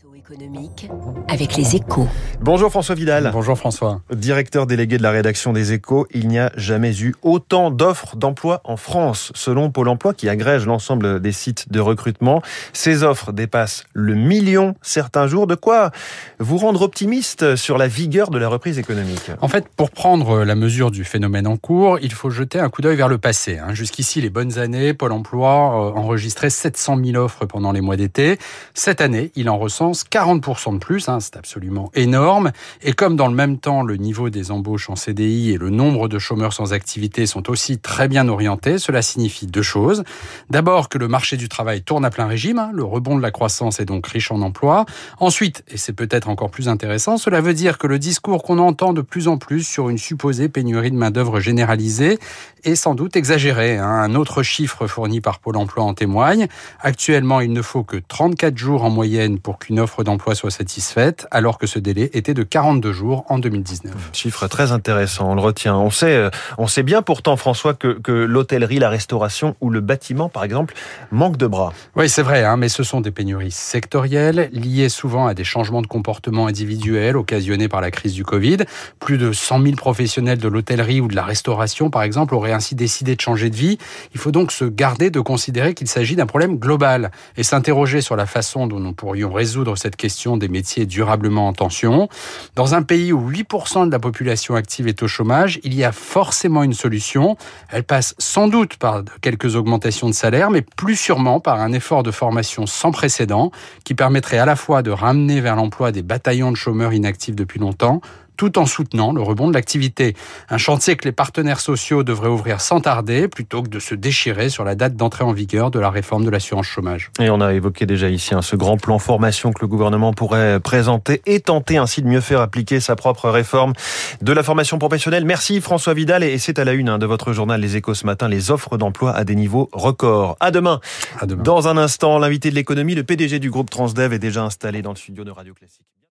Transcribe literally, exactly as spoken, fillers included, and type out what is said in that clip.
Économique avec les Échos. Bonjour François Vidal. Bonjour François. Directeur délégué de la rédaction des Échos, il n'y a jamais eu autant d'offres d'emploi en France. Selon Pôle emploi, qui agrège l'ensemble des sites de recrutement, ces offres dépassent le million certains jours. De quoi vous rendre optimiste sur la vigueur de la reprise économique? En fait, pour prendre la mesure du phénomène en cours, il faut jeter un coup d'œil vers le passé. Jusqu'ici, les bonnes années, Pôle emploi enregistrait sept cent mille offres pendant les mois d'été. Cette année, il en recense quarante pour cent de plus, hein, c'est absolument énorme. Et comme dans le même temps, le niveau des embauches en C D I et le nombre de chômeurs sans activité sont aussi très bien orientés, cela signifie deux choses. D'abord que le marché du travail tourne à plein régime, hein, le rebond de la croissance est donc riche en emplois. Ensuite, et c'est peut-être encore plus intéressant, cela veut dire que le discours qu'on entend de plus en plus sur une supposée pénurie de main-d'œuvre généralisée est sans doute exagéré. Hein. Un autre chiffre fourni par Pôle emploi en témoigne. Actuellement, il ne faut que trente-quatre jours en moyenne pour qu'une offre d'emploi soit satisfaite, alors que ce délai était de quarante-deux jours en deux mille dix-neuf. Chiffre très intéressant, on le retient. On sait, on sait bien pourtant, François, que, que l'hôtellerie, la restauration ou le bâtiment, par exemple, manquent de bras. Oui, c'est vrai, hein, mais ce sont des pénuries sectorielles, liées souvent à des changements de comportement individuels occasionnés par la crise du Covid. Plus de cent mille professionnels de l'hôtellerie ou de la restauration, par exemple, auraient ainsi décidé de changer de vie. Il faut donc se garder de considérer qu'il s'agit d'un problème global et s'interroger sur la façon dont nous pourrions résoudre cette question des métiers durablement en tension. Dans un pays où huit pour cent de la population active est au chômage, il y a forcément une solution. Elle passe sans doute par quelques augmentations de salaire, mais plus sûrement par un effort de formation sans précédent qui permettrait à la fois de ramener vers l'emploi des bataillons de chômeurs inactifs depuis longtemps, tout en soutenant le rebond de l'activité. Un chantier que les partenaires sociaux devraient ouvrir sans tarder, plutôt que de se déchirer sur la date d'entrée en vigueur de la réforme de l'assurance chômage. Et on a évoqué déjà ici hein, ce grand plan formation que le gouvernement pourrait présenter et tenter ainsi de mieux faire appliquer sa propre réforme de la formation professionnelle. Merci François Vidal, et c'est à la une hein, de votre journal Les Échos ce matin, les offres d'emploi à des niveaux records. À demain. À demain. Dans un instant, l'invité de l'économie, le P D G du groupe Transdev est déjà installé dans le studio de Radio Classique.